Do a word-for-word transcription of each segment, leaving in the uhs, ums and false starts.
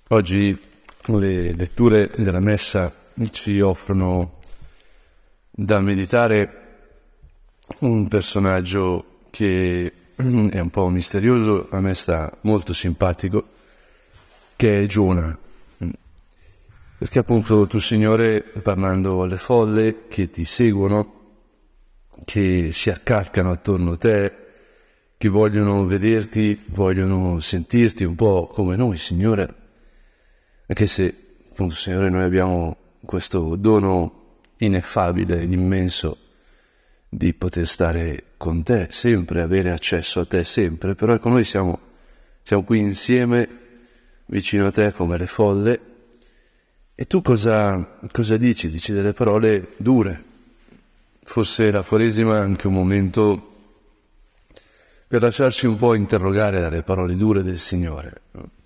Oggi le letture della Messa ci offrono da meditare un personaggio che è un po' misterioso, a me sta molto simpatico, che è Giona. Perché appunto tu, Signore, parlando alle folle che ti seguono, che si accalcano attorno a te, che vogliono vederti, vogliono sentirti un po' come noi, Signore, anche se, appunto, Signore, noi abbiamo questo dono ineffabile, immenso, di poter stare con te sempre, avere accesso a te sempre, però ecco, noi siamo, siamo qui insieme, vicino a te come le folle, e tu cosa, cosa dici? Dici delle parole dure. Forse la Quaresima è anche un momento per lasciarci un po' interrogare dalle parole dure del Signore.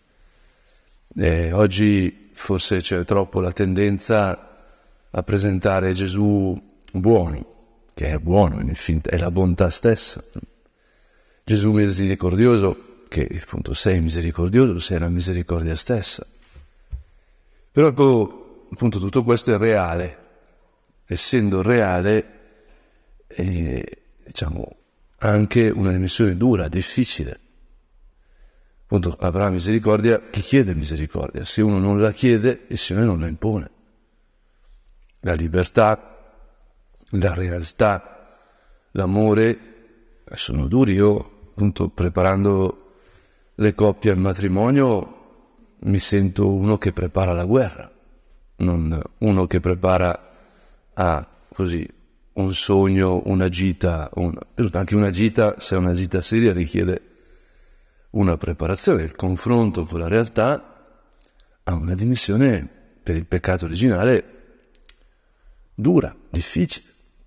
E oggi forse c'è troppo la tendenza a presentare Gesù buono, che è buono, in fin- è la bontà stessa. Gesù misericordioso, che appunto sei misericordioso, sei la misericordia stessa. Però appunto tutto questo è reale. Essendo reale, è, diciamo, anche una dimensione dura, difficile. Appunto, avrà misericordia chi chiede misericordia. Se uno non la chiede, il Signore non la impone. La libertà, la realtà, l'amore sono duri. Io, appunto, preparando le coppie al matrimonio, mi sento uno che prepara la guerra, non uno che prepara a, così, un sogno, una gita. Un... Anche una gita, se è una gita seria, richiede una preparazione. Il confronto con la realtà ha una dimensione, per il peccato originale, dura, difficile.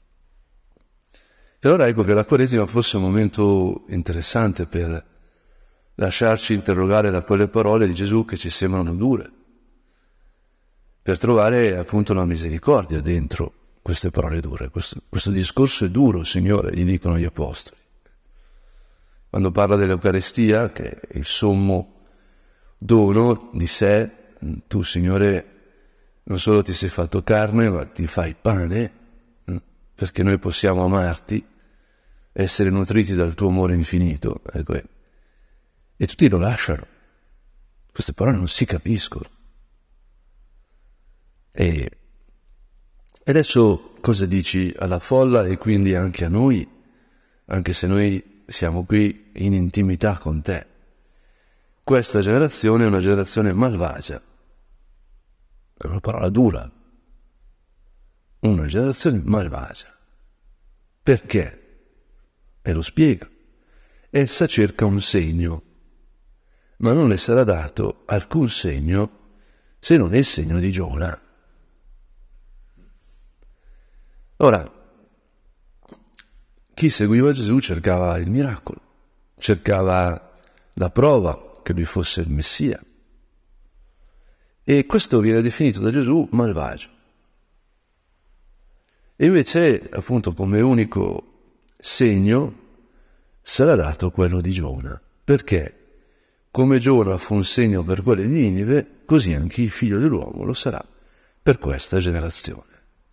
E allora ecco che la Quaresima fosse un momento interessante per lasciarci interrogare da quelle parole di Gesù che ci sembrano dure, per trovare appunto la misericordia dentro queste parole dure. Questo, questo discorso è duro, Signore, gli dicono gli apostoli. Quando parla dell'Eucaristia, che è il sommo dono di sé, tu, Signore, non solo ti sei fatto carne, ma ti fai pane, perché noi possiamo amarti, essere nutriti dal tuo amore infinito. Ecco. E tutti lo lasciano. Queste parole non si capiscono. E adesso cosa dici alla folla e quindi anche a noi, anche se noi siamo qui in intimità con te? Questa generazione è una generazione malvagia. È una parola dura. Una generazione malvagia. Perché? E lo spiega. Essa cerca un segno, ma non le sarà dato alcun segno se non è il segno di Giona. Ora, chi seguiva Gesù cercava il miracolo, cercava la prova che lui fosse il Messia. E questo viene definito da Gesù malvagio. E invece, appunto, come unico segno sarà dato quello di Giona. Perché? Come Giona fu un segno per quelli di Ninive, così anche il figlio dell'uomo lo sarà per questa generazione.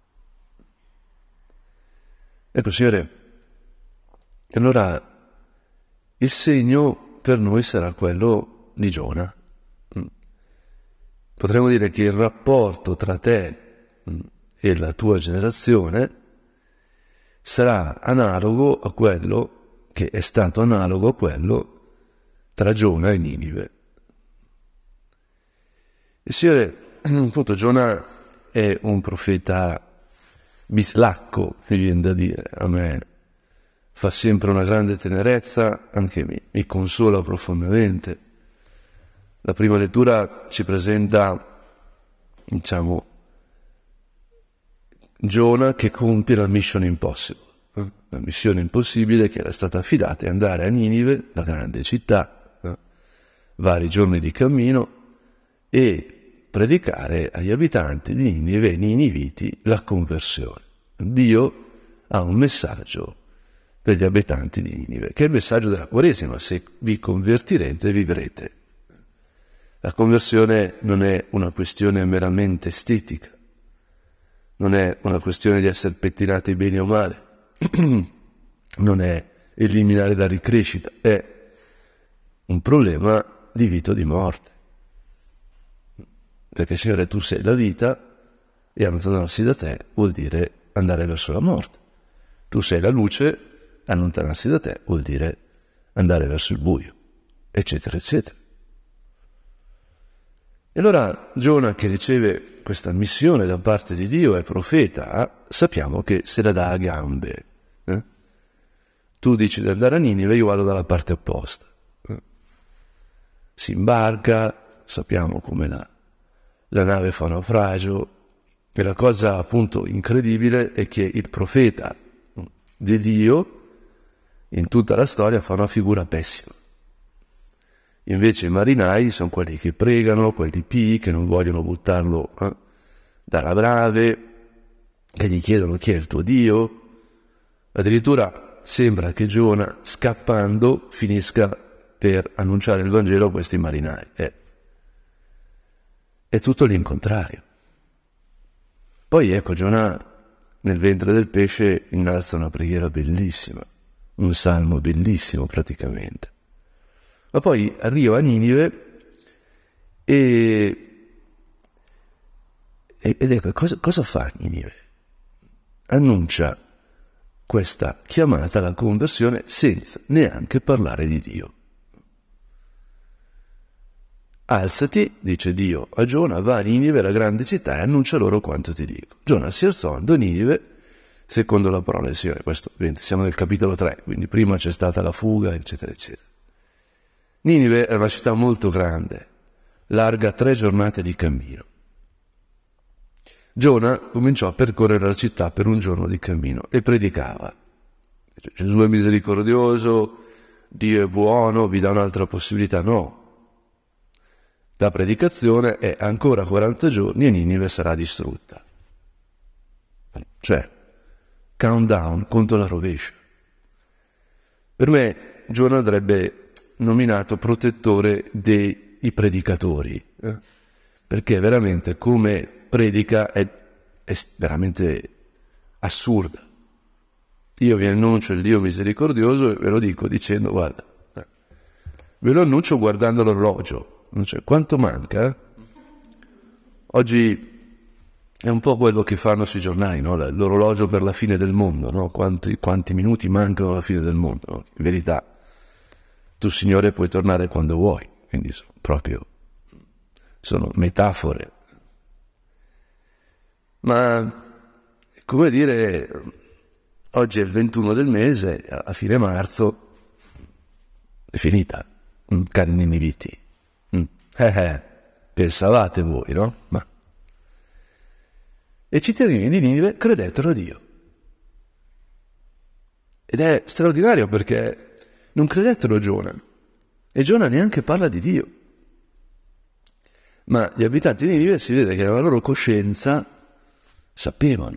Ecco, Signore, allora il segno per noi sarà quello di Giona. Potremmo dire che il rapporto tra te e la tua generazione sarà analogo a quello che è stato analogo a quello tra Giona e Ninive. Il Signore, appunto, Giona è un profeta bislacco, mi viene da dire. A me fa sempre una grande tenerezza, anche mi, mi consola profondamente. La prima lettura ci presenta, diciamo, Giona che compie la mission impossible, eh? la missione impossibile che era stata affidata è andare a Ninive, la grande città, eh? vari giorni di cammino, e predicare agli abitanti di Ninive e niniviti la conversione. Dio ha un messaggio per gli abitanti di Ninive, che è il messaggio della Quaresima: se vi convertirete vivrete. La conversione non è una questione meramente estetica, non è una questione di essere pettinati bene o male, non è eliminare la ricrescita, è un problema di vita o di morte. Perché Signore, tu sei la vita e allontanarsi da te vuol dire andare verso la morte. Tu sei la luce, allontanarsi da te vuol dire andare verso il buio, eccetera, eccetera. E allora Giona, che riceve questa missione da parte di Dio, è profeta, sappiamo che se la dà a gambe. Eh? Tu dici di andare a Ninive, io vado dalla parte opposta. Eh? Si imbarca, sappiamo come la, la nave fa naufragio, e la cosa appunto incredibile è che il profeta di Dio in tutta la storia fa una figura pessima. Invece i marinai sono quelli che pregano, quelli pii, che non vogliono buttarlo eh, dalla nave, che gli chiedono chi è il tuo Dio. Addirittura sembra che Giona, scappando, finisca per annunciare il Vangelo a questi marinai. Eh. È tutto l'incontrario. Poi ecco, Giona nel ventre del pesce innalza una preghiera bellissima, un salmo bellissimo praticamente. Ma poi arriva a Ninive e, ed ecco, cosa, cosa fa Ninive? Annuncia questa chiamata alla conversione senza neanche parlare di Dio. Alzati, dice Dio a Giona, va a Ninive, la grande città, e annuncia loro quanto ti dico. Giona si alzò, andò a Ninive, secondo la parola del Signore. Questo, siamo nel capitolo tre, quindi prima c'è stata la fuga, eccetera, eccetera. Ninive è una città molto grande, larga tre giornate di cammino. Giona cominciò a percorrere la città per un giorno di cammino e predicava. Gesù è misericordioso, Dio è buono, vi dà un'altra possibilità. No. La predicazione è ancora quaranta giorni e Ninive sarà distrutta. Cioè, countdown, conto alla rovescia. Per me Giona andrebbe nominato protettore dei predicatori, eh? Perché veramente come predica è, è veramente assurda. Io vi annuncio il Dio misericordioso e ve lo dico dicendo, guarda, eh, ve lo annuncio guardando l'orologio, cioè, quanto manca? Eh? Oggi è un po' quello che fanno sui giornali, no? L'orologio per la fine del mondo, no? Quanti, quanti minuti mancano alla fine del mondo, no? In verità tu, Signore, puoi tornare quando vuoi, quindi sono proprio, sono metafore. Ma, come dire, oggi è il ventuno del mese, a fine marzo, è finita, mm, cari niniviti. Mm. Eh, eh, pensavate voi, no? Ma... E i cittadini di Ninive credettero a Dio. Ed è straordinario perché non credettero a Giona, e Giona neanche parla di Dio. Ma gli abitanti di Ninive si vede che nella loro coscienza sapevano.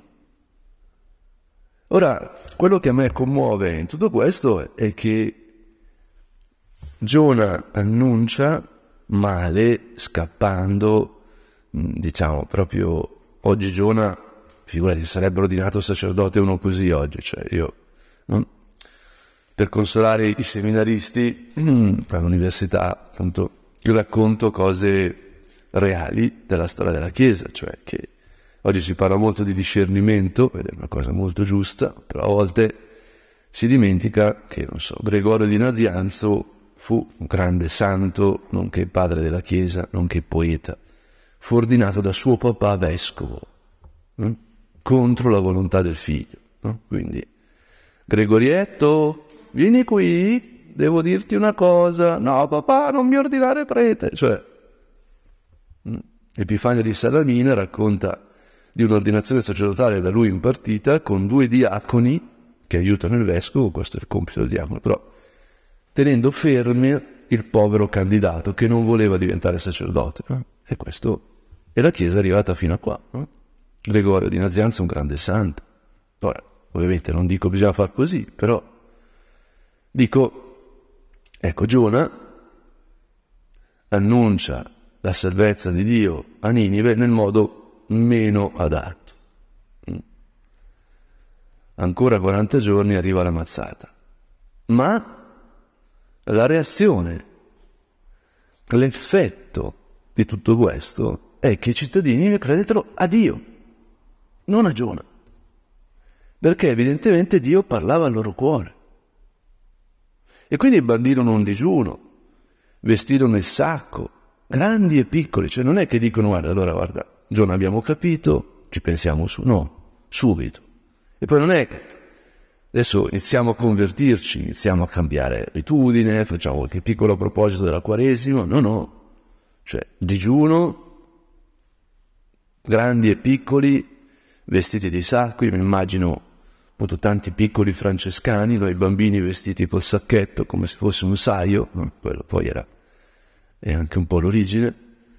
Ora, quello che a me commuove in tutto questo è che Giona annuncia male, scappando, diciamo proprio, oggi Giona, figurati, sarebbe ordinato sacerdote uno così oggi, cioè io... Non, per consolare i seminaristi all'università, appunto, io racconto cose reali della storia della Chiesa, cioè che oggi si parla molto di discernimento, ed è una cosa molto giusta, però a volte si dimentica che, non so, Gregorio di Nazianzo fu un grande santo, nonché padre della Chiesa, nonché poeta, fu ordinato da suo papà vescovo, no? Contro la volontà del figlio, no? Quindi, Gregorietto, vieni qui, devo dirti una cosa. No, papà, non mi ordinare prete. Cioè, Epifanio di Salamina racconta di un'ordinazione sacerdotale da lui impartita con due diaconi che aiutano il vescovo, questo è il compito del diacono, però tenendo fermo il povero candidato che non voleva diventare sacerdote. No? E questo, e la Chiesa è arrivata fino a qua. No? Gregorio di Nazianzo è un grande santo. Ora, ovviamente non dico bisogna far così, però dico, ecco, Giona annuncia la salvezza di Dio a Ninive nel modo meno adatto. Ancora quaranta giorni arriva la mazzata. Ma la reazione, l'effetto di tutto questo è che i cittadini credettero a Dio, non a Giona, perché evidentemente Dio parlava al loro cuore. E quindi bandirono un digiuno, vestirono il sacco, grandi e piccoli, cioè non è che dicono guarda, allora guarda, Giona abbiamo capito, ci pensiamo su, no, subito. E poi non è che adesso iniziamo a convertirci, iniziamo a cambiare abitudine, facciamo qualche piccolo proposito della Quaresima, no, no, cioè digiuno, grandi e piccoli, vestiti di sacco, io mi immagino appunto tanti piccoli francescani, noi bambini vestiti col sacchetto come se fosse un saio, no, quello poi era è anche un po' l'origine,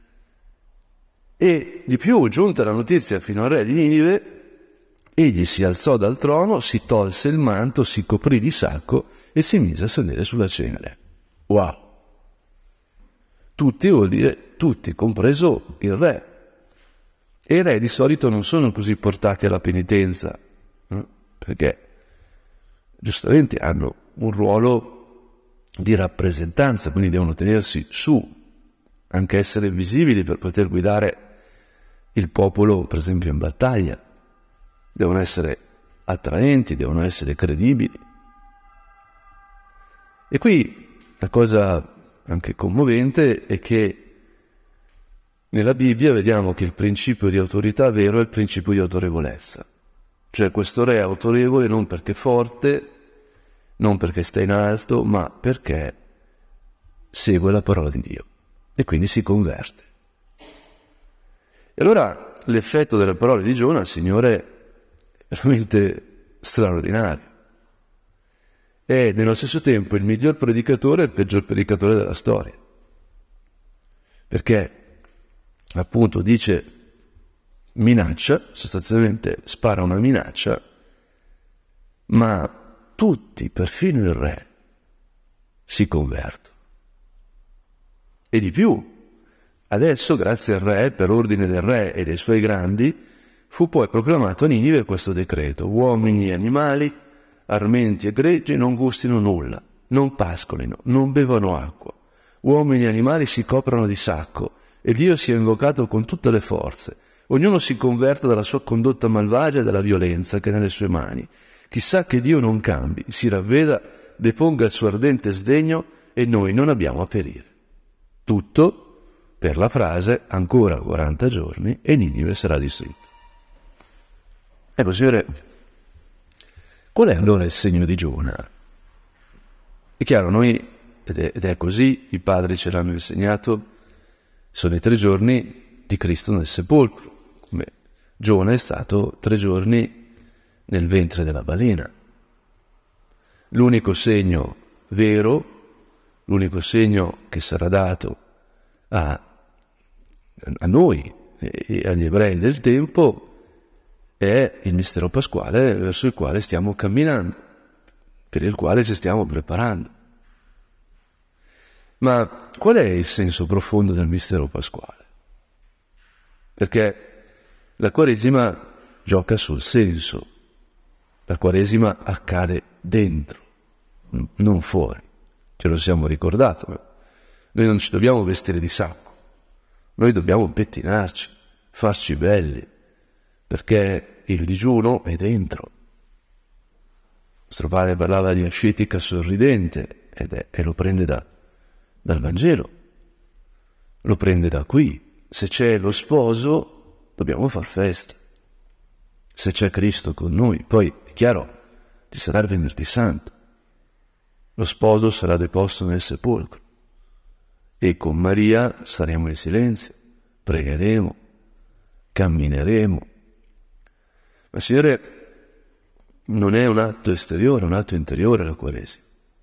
e di più, giunta la notizia fino al re di Ninive, egli si alzò dal trono, si tolse il manto, si coprì di sacco e si mise a sedere sulla cenere. Wow! Tutti vuol dire tutti, compreso il re. E i re di solito non sono così portati alla penitenza, eh? Perché giustamente hanno un ruolo di rappresentanza, quindi devono tenersi su, anche essere visibili per poter guidare il popolo, per esempio, in battaglia. Devono essere attraenti, devono essere credibili. E qui la cosa anche commovente è che nella Bibbia vediamo che il principio di autorità vero è il principio di autorevolezza. Cioè questo re è autorevole non perché è forte, non perché sta in alto, ma perché segue la parola di Dio e quindi si converte. E allora l'effetto delle parole di Giona, il Signore, veramente straordinario. È nello stesso tempo il miglior predicatore e il peggior predicatore della storia. Perché appunto dice minaccia, sostanzialmente spara una minaccia, ma tutti, perfino il re, si convertono. E di più, adesso grazie al re, per ordine del re e dei suoi grandi, fu poi proclamato a Ninive questo decreto: uomini e animali, armenti e greggi non gustino nulla, non pascolino, non bevano acqua. Uomini e animali si coprano di sacco e Dio sia invocato con tutte le forze. Ognuno si converta dalla sua condotta malvagia e dalla violenza che è nelle sue mani. Chissà che Dio non cambi, si ravveda, deponga il suo ardente sdegno e noi non abbiamo a perire. Tutto per la frase ancora quaranta giorni e Ninive sarà distrutta. Ecco, Signore, qual è allora il segno di Giona? È chiaro, noi, ed è, ed è così, i padri ce l'hanno insegnato, sono i tre giorni di Cristo nel sepolcro, come Giona è stato tre giorni nel ventre della balena. L'unico segno vero, l'unico segno che sarà dato a, a noi e agli ebrei del tempo è il mistero pasquale verso il quale stiamo camminando, per il quale ci stiamo preparando. Ma qual è il senso profondo del mistero pasquale? Perché la Quaresima gioca sul senso, la Quaresima accade dentro, non fuori. Ce lo siamo ricordato, ma noi non ci dobbiamo vestire di sacco, noi dobbiamo pettinarci, farci belli, perché il digiuno è dentro. Nostro padre parlava di ascetica sorridente ed è, e lo prende da, dal Vangelo, lo prende da qui. Se c'è lo sposo dobbiamo far festa, se c'è Cristo con noi. Poi è chiaro, ci sarà il venerdì santo, lo sposo sarà deposto nel sepolcro e con Maria staremo in silenzio, pregheremo, cammineremo. Ma Signore, non è un atto esteriore, è un atto interiore la Quaresima.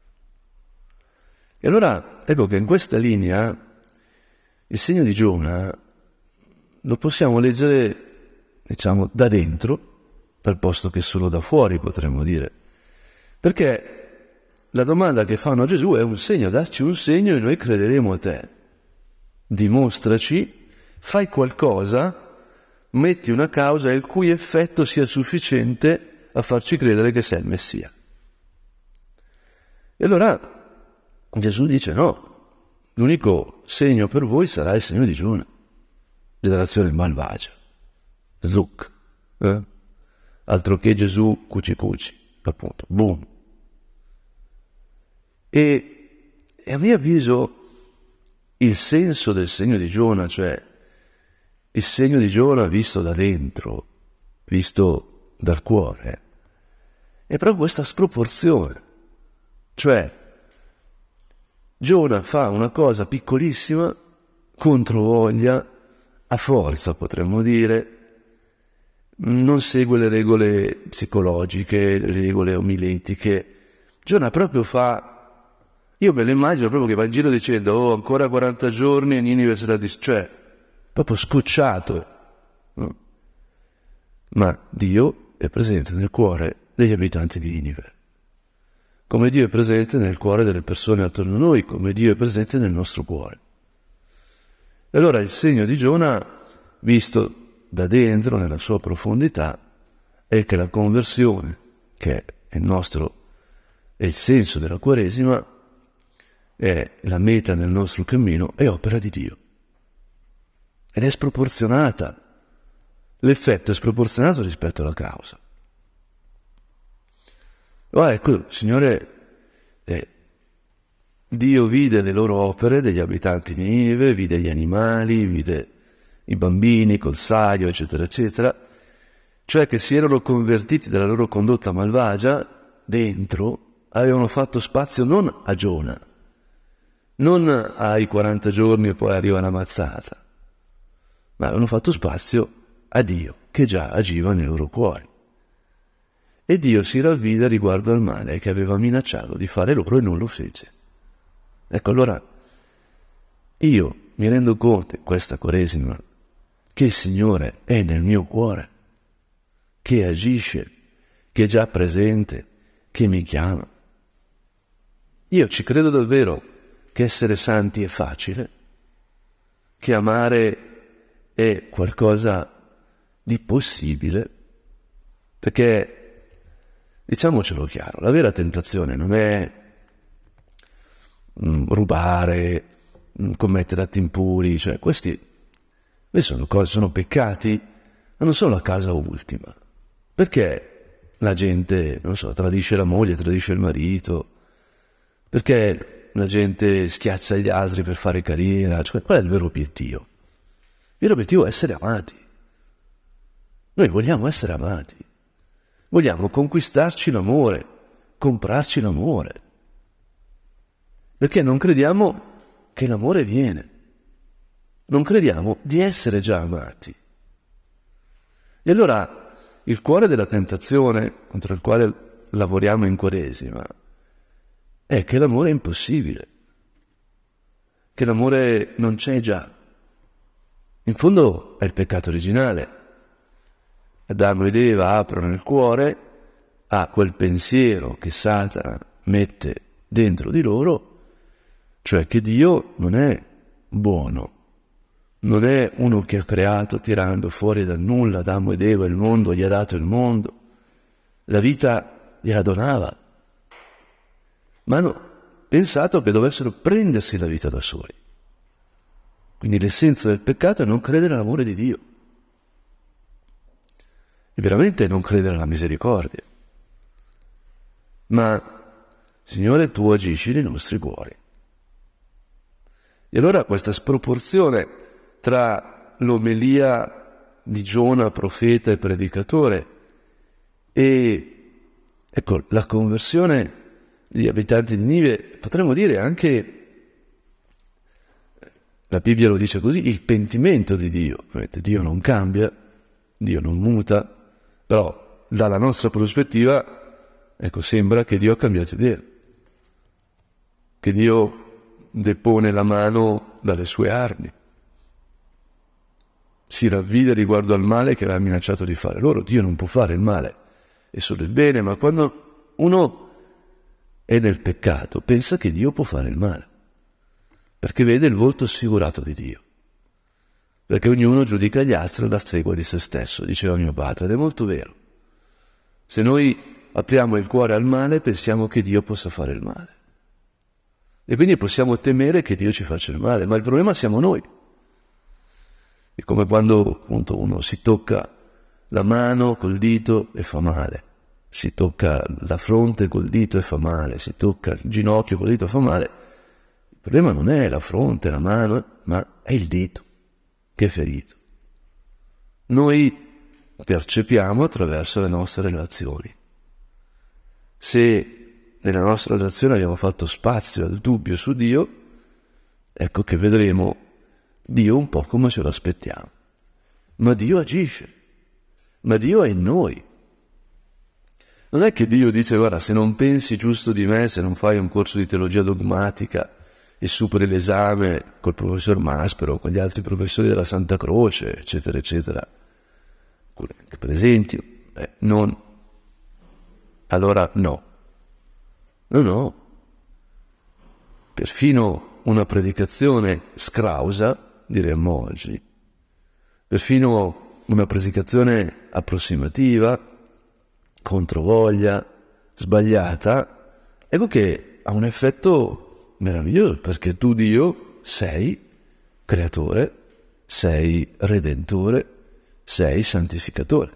E allora ecco che in questa linea il segno di Giona lo possiamo leggere, diciamo, da dentro, al posto che solo da fuori, potremmo dire. Perché la domanda che fanno a Gesù è un segno, dacci un segno e noi crederemo a te. dimostraci, fai qualcosa, metti una causa il cui effetto sia sufficiente a farci credere che sei il Messia. E allora Gesù dice no, l'unico segno per voi sarà il segno di Giona, generazione malvagia, zuc, eh? altro che Gesù cuci cuci, appunto, boom. E, e a mio avviso il senso del segno di Giona, cioè il segno di Giona visto da dentro, visto dal cuore, è proprio questa sproporzione. Cioè, Giona fa una cosa piccolissima, controvoglia, a forza potremmo dire, non segue le regole psicologiche, le regole omiletiche. Giona proprio fa... Io me lo immagino proprio che va in giro dicendo oh, ancora quaranta giorni e Ninive sarà dis... cioè, proprio scocciato. No? Ma Dio è presente nel cuore degli abitanti di Ninive. Come Dio è presente nel cuore delle persone attorno a noi, come Dio è presente nel nostro cuore. E allora il segno di Giona, visto da dentro, nella sua profondità, è che la conversione, che è il nostro, è il senso della Quaresima, è la meta nel nostro cammino, è opera di Dio. Ed è sproporzionata. L'effetto è sproporzionato rispetto alla causa. Oh, ecco, Signore, eh, Dio vide le loro opere degli abitanti di Ninive, vide gli animali, vide i bambini col saio, eccetera, eccetera, cioè che si erano convertiti dalla loro condotta malvagia, dentro avevano fatto spazio non a Giona, non ai quaranta giorni e poi arriva una mazzata, ma avevano fatto spazio a Dio, che già agiva nei loro cuori. E Dio si ravvide riguardo al male che aveva minacciato di fare loro e non lo fece. Ecco, allora, io mi rendo conto in questa Quaresima che il Signore è nel mio cuore, che agisce, che è già presente, che mi chiama. Io ci credo davvero che essere santi è facile, che amare è qualcosa di possibile, perché, diciamocelo chiaro, la vera tentazione non è mm, rubare, mm, commettere atti impuri, cioè questi, questi sono cose, sono peccati, ma non sono la causa ultima. Perché la gente, non so, tradisce la moglie, tradisce il marito? Perché la gente schiaccia gli altri per fare carriera? Cioè, qual è il vero obiettivo? Il vero obiettivo è essere amati. Noi vogliamo essere amati. Vogliamo conquistarci l'amore, comprarci l'amore. Perché non crediamo che l'amore viene. Non crediamo di essere già amati. E allora il cuore della tentazione contro il quale lavoriamo in Quaresima è che l'amore è impossibile, che l'amore non c'è già. In fondo è il peccato originale. Adamo ed Eva aprono il cuore a quel pensiero che Satana mette dentro di loro, cioè che Dio non è buono, non è uno che ha creato tirando fuori dal nulla Adamo ed Eva il mondo, gli ha dato il mondo, la vita gliela donava, ma hanno pensato che dovessero prendersi la vita da soli. Quindi l'essenza del peccato è non credere all'amore di Dio. E veramente non credere alla misericordia. Ma, Signore, Tu agisci nei nostri cuori. E allora questa sproporzione tra l'omelia di Giona, profeta e predicatore, e, ecco, la conversione degli abitanti di Ninive, potremmo dire anche, la Bibbia lo dice così, il pentimento di Dio. Dio non cambia, Dio non muta, però dalla nostra prospettiva, ecco, sembra che Dio ha cambiato idea, che Dio depone la mano dalle sue armi, si ravvide riguardo al male che aveva minacciato di fare loro. Dio non può fare il male, è solo il bene, ma quando uno è nel peccato pensa che Dio può fare il male. perché vede il volto sfigurato di Dio. Perché ognuno giudica gli altri alla stregua di se stesso, diceva mio padre, ed è molto vero. Se noi apriamo il cuore al male, pensiamo che Dio possa fare il male. E quindi possiamo temere che Dio ci faccia il male, ma il problema siamo noi. È come quando appunto uno si tocca la mano col dito e fa male, si tocca la fronte col dito e fa male, si tocca il ginocchio col dito e fa male. Il problema non è la fronte, la mano, ma è il dito che è ferito. Noi percepiamo attraverso le nostre relazioni. Se nella nostra relazione abbiamo fatto spazio al dubbio su Dio, ecco che vedremo Dio un po' come ce lo aspettiamo. Ma Dio agisce, ma Dio è in noi. Non è che Dio dice, guarda, se non pensi giusto di me, se non fai un corso di teologia dogmatica e superi l'esame col professor Maspero, con gli altri professori della Santa Croce, eccetera, eccetera, anche presenti, eh, non, allora no. No, no. Perfino una predicazione scrausa, diremmo oggi, perfino una predicazione approssimativa, controvoglia, sbagliata, ecco che ha un effetto meraviglioso, perché tu, Dio, sei creatore, sei redentore, sei santificatore.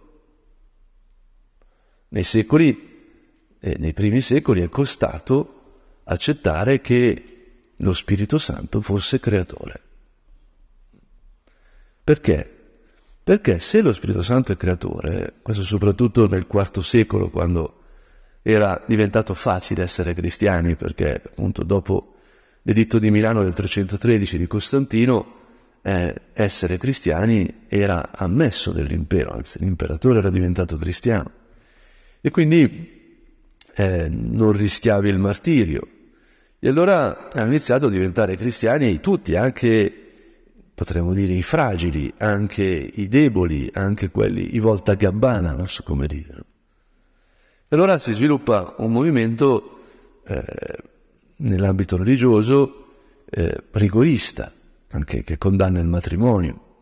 Nei secoli, eh, nei primi secoli è costato accettare che lo Spirito Santo fosse creatore. Perché? Perché se lo Spirito Santo è creatore, questo soprattutto nel quarto secolo, quando era diventato facile essere cristiani, perché appunto dopo l'editto di Milano del trecentotredici di Costantino, eh, essere cristiani era ammesso dell'impero, anzi l'imperatore era diventato cristiano. E quindi eh, non rischiavi il martirio. E allora hanno iniziato a diventare cristiani tutti, anche potremmo dire i fragili, anche i deboli, anche quelli, i voltagabbana, non so come dire. E allora si sviluppa un movimento eh, nell'ambito religioso eh, rigorista, anche che condanna il matrimonio.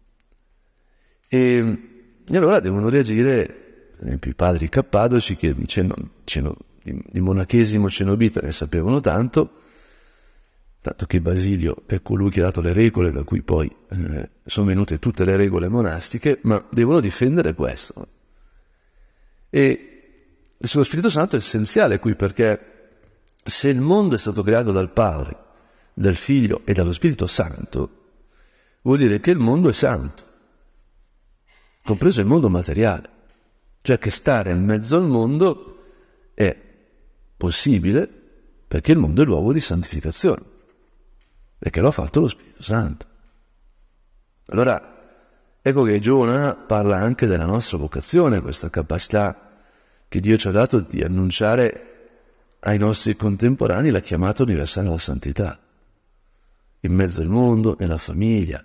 E, e allora devono reagire, per esempio, i padri cappadoci, che di, ceno, ceno, di, di monachesimo cenobita ne sapevano tanto, tanto che Basilio è colui che ha dato le regole, da cui poi eh, sono venute tutte le regole monastiche, ma devono difendere questo. E lo Spirito Santo è essenziale qui, perché se il mondo è stato creato dal Padre, dal Figlio e dallo Spirito Santo, vuol dire che il mondo è santo, compreso il mondo materiale. Cioè che stare in mezzo al mondo è possibile perché il mondo è luogo di santificazione, perché lo ha fatto lo Spirito Santo. Allora, ecco che Giona parla anche della nostra vocazione, questa capacità che Dio ci ha dato di annunciare ai nostri contemporanei la chiamata universale alla santità, in mezzo al mondo, nella famiglia.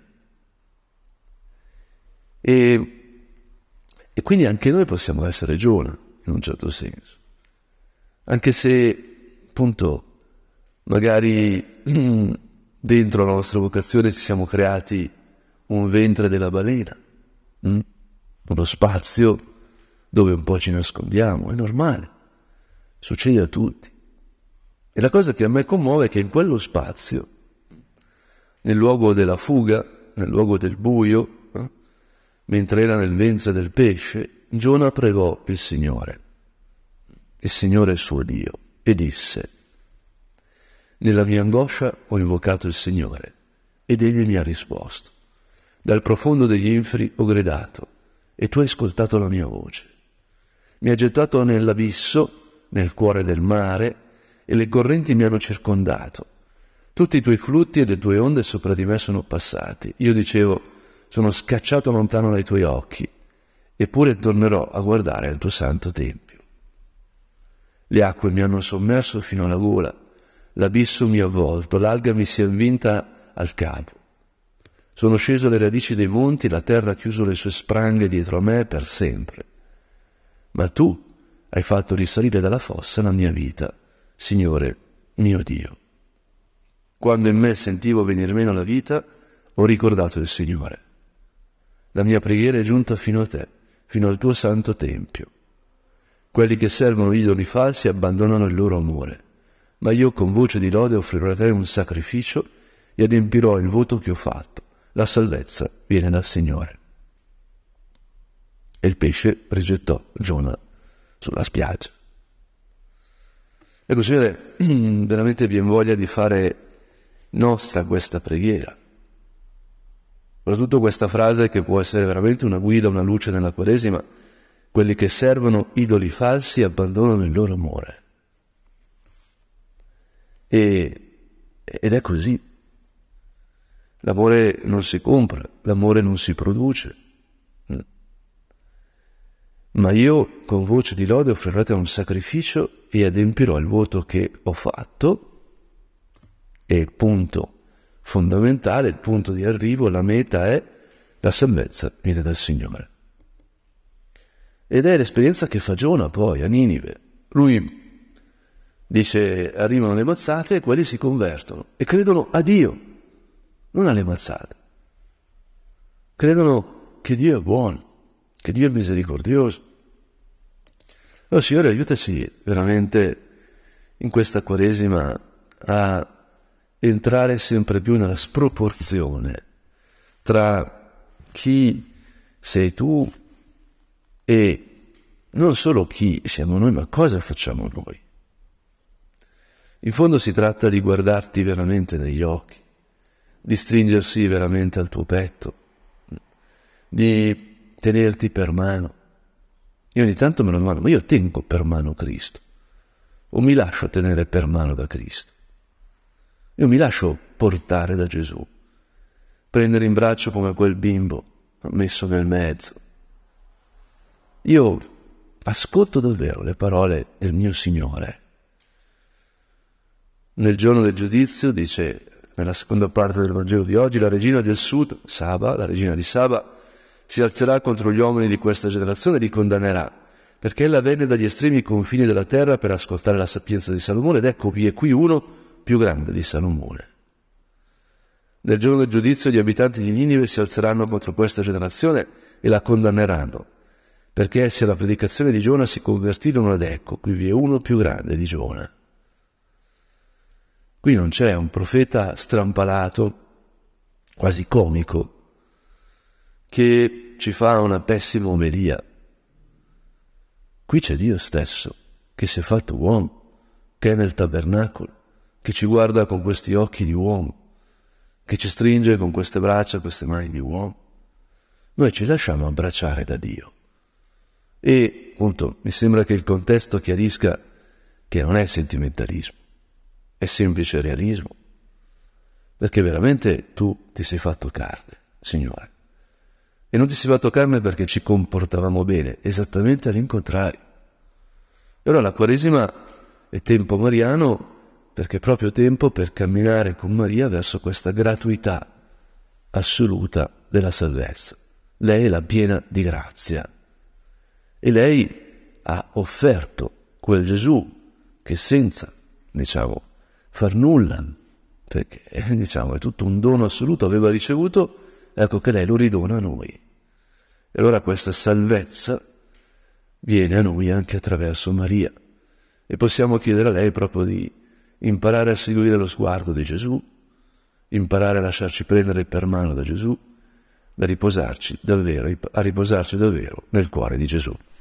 E, e quindi anche noi possiamo essere Giona, in un certo senso. Anche se, appunto, magari dentro la nostra vocazione ci siamo creati un ventre della balena, hm? uno spazio dove un po' ci nascondiamo, è normale, succede a tutti. E la cosa che a me commuove è che in quello spazio, nel luogo della fuga, nel luogo del buio, eh, mentre era nel ventre del pesce, Giona pregò il Signore, il Signore è suo Dio, e disse: nella mia angoscia ho invocato il Signore, ed egli mi ha risposto. Dal profondo degli inferi ho gridato, e tu hai ascoltato la mia voce. Mi ha gettato nell'abisso, nel cuore del mare, e le correnti mi hanno circondato. Tutti i tuoi flutti e le tue onde sopra di me sono passati. Io dicevo, sono scacciato lontano dai tuoi occhi, eppure tornerò a guardare il tuo santo tempio. Le acque mi hanno sommerso fino alla gola, l'abisso mi ha avvolto, l'alga mi si è avvinta al capo. Sono sceso alle radici dei monti, la terra ha chiuso le sue spranghe dietro a me per sempre. Ma tu hai fatto risalire dalla fossa la mia vita, Signore mio Dio. Quando in me sentivo venir meno la vita, ho ricordato il Signore. La mia preghiera è giunta fino a te, fino al tuo santo tempio. Quelli che servono idoli falsi abbandonano il loro amore, ma io con voce di lode offrirò a te un sacrificio e adempirò il voto che ho fatto. La salvezza viene dal Signore. E il pesce rigettò Giona sulla spiaggia. Ecco, Signore, veramente vi voglia di fare nostra questa preghiera. Soprattutto questa frase che può essere veramente una guida, una luce nella Quaresima: quelli che servono idoli falsi abbandonano il loro amore. E, ed è così. L'amore non si compra, l'amore non si produce. Ma io con voce di lode offrirò a te un sacrificio e adempirò il voto che ho fatto. E il punto fondamentale, il punto di arrivo, la meta è: la salvezza viene dal Signore. Ed è l'esperienza che fa Giona poi a Ninive. Lui dice: arrivano le mazzate e quelli si convertono e credono a Dio, non alle mazzate. Credono che Dio è buono, che Dio è misericordioso. Oh Signore, aiutaci veramente in questa Quaresima a entrare sempre più nella sproporzione tra chi sei tu e non solo chi siamo noi, ma cosa facciamo noi. In fondo si tratta di guardarti veramente negli occhi, di stringersi veramente al tuo petto, di tenerti per mano. Io ogni tanto me lo domando: ma io tengo per mano Cristo o mi lascio tenere per mano da Cristo? Io mi lascio portare da Gesù, prendere in braccio come quel bimbo messo nel mezzo. Io ascolto davvero le parole del mio Signore. Nel giorno del giudizio, dice nella seconda parte del Vangelo di oggi, la regina del sud, Saba, la regina di Saba, si alzerà contro gli uomini di questa generazione e li condannerà, perché ella venne dagli estremi confini della terra per ascoltare la sapienza di Salomone, ed ecco vi è qui uno più grande di Salomone. Nel giorno del giudizio gli abitanti di Ninive si alzeranno contro questa generazione e la condanneranno, perché essi alla predicazione di Giona si convertirono, ed ecco qui vi è uno più grande di Giona. Qui non c'è un profeta strampalato, quasi comico, che ci fa una pessima omelia. Qui c'è Dio stesso, che si è fatto uomo, che è nel tabernacolo, che ci guarda con questi occhi di uomo, che ci stringe con queste braccia, queste mani di uomo. Noi ci lasciamo abbracciare da Dio. E, appunto, mi sembra che il contesto chiarisca che non è sentimentalismo, è semplice realismo, perché veramente tu ti sei fatto carne, Signore. E non ti sei fatto carne perché ci comportavamo bene, esattamente all'incontrario. E allora la Quaresima è tempo mariano, perché è proprio tempo per camminare con Maria verso questa gratuità assoluta della salvezza. Lei è la piena di grazia e lei ha offerto quel Gesù che senza, diciamo, far nulla, perché diciamo è tutto un dono assoluto, aveva ricevuto, ecco che lei lo ridona a noi. E allora questa salvezza viene a noi anche attraverso Maria e possiamo chiedere a lei proprio di imparare a seguire lo sguardo di Gesù, imparare a lasciarci prendere per mano da Gesù, da riposarci davvero, a riposarci davvero nel cuore di Gesù.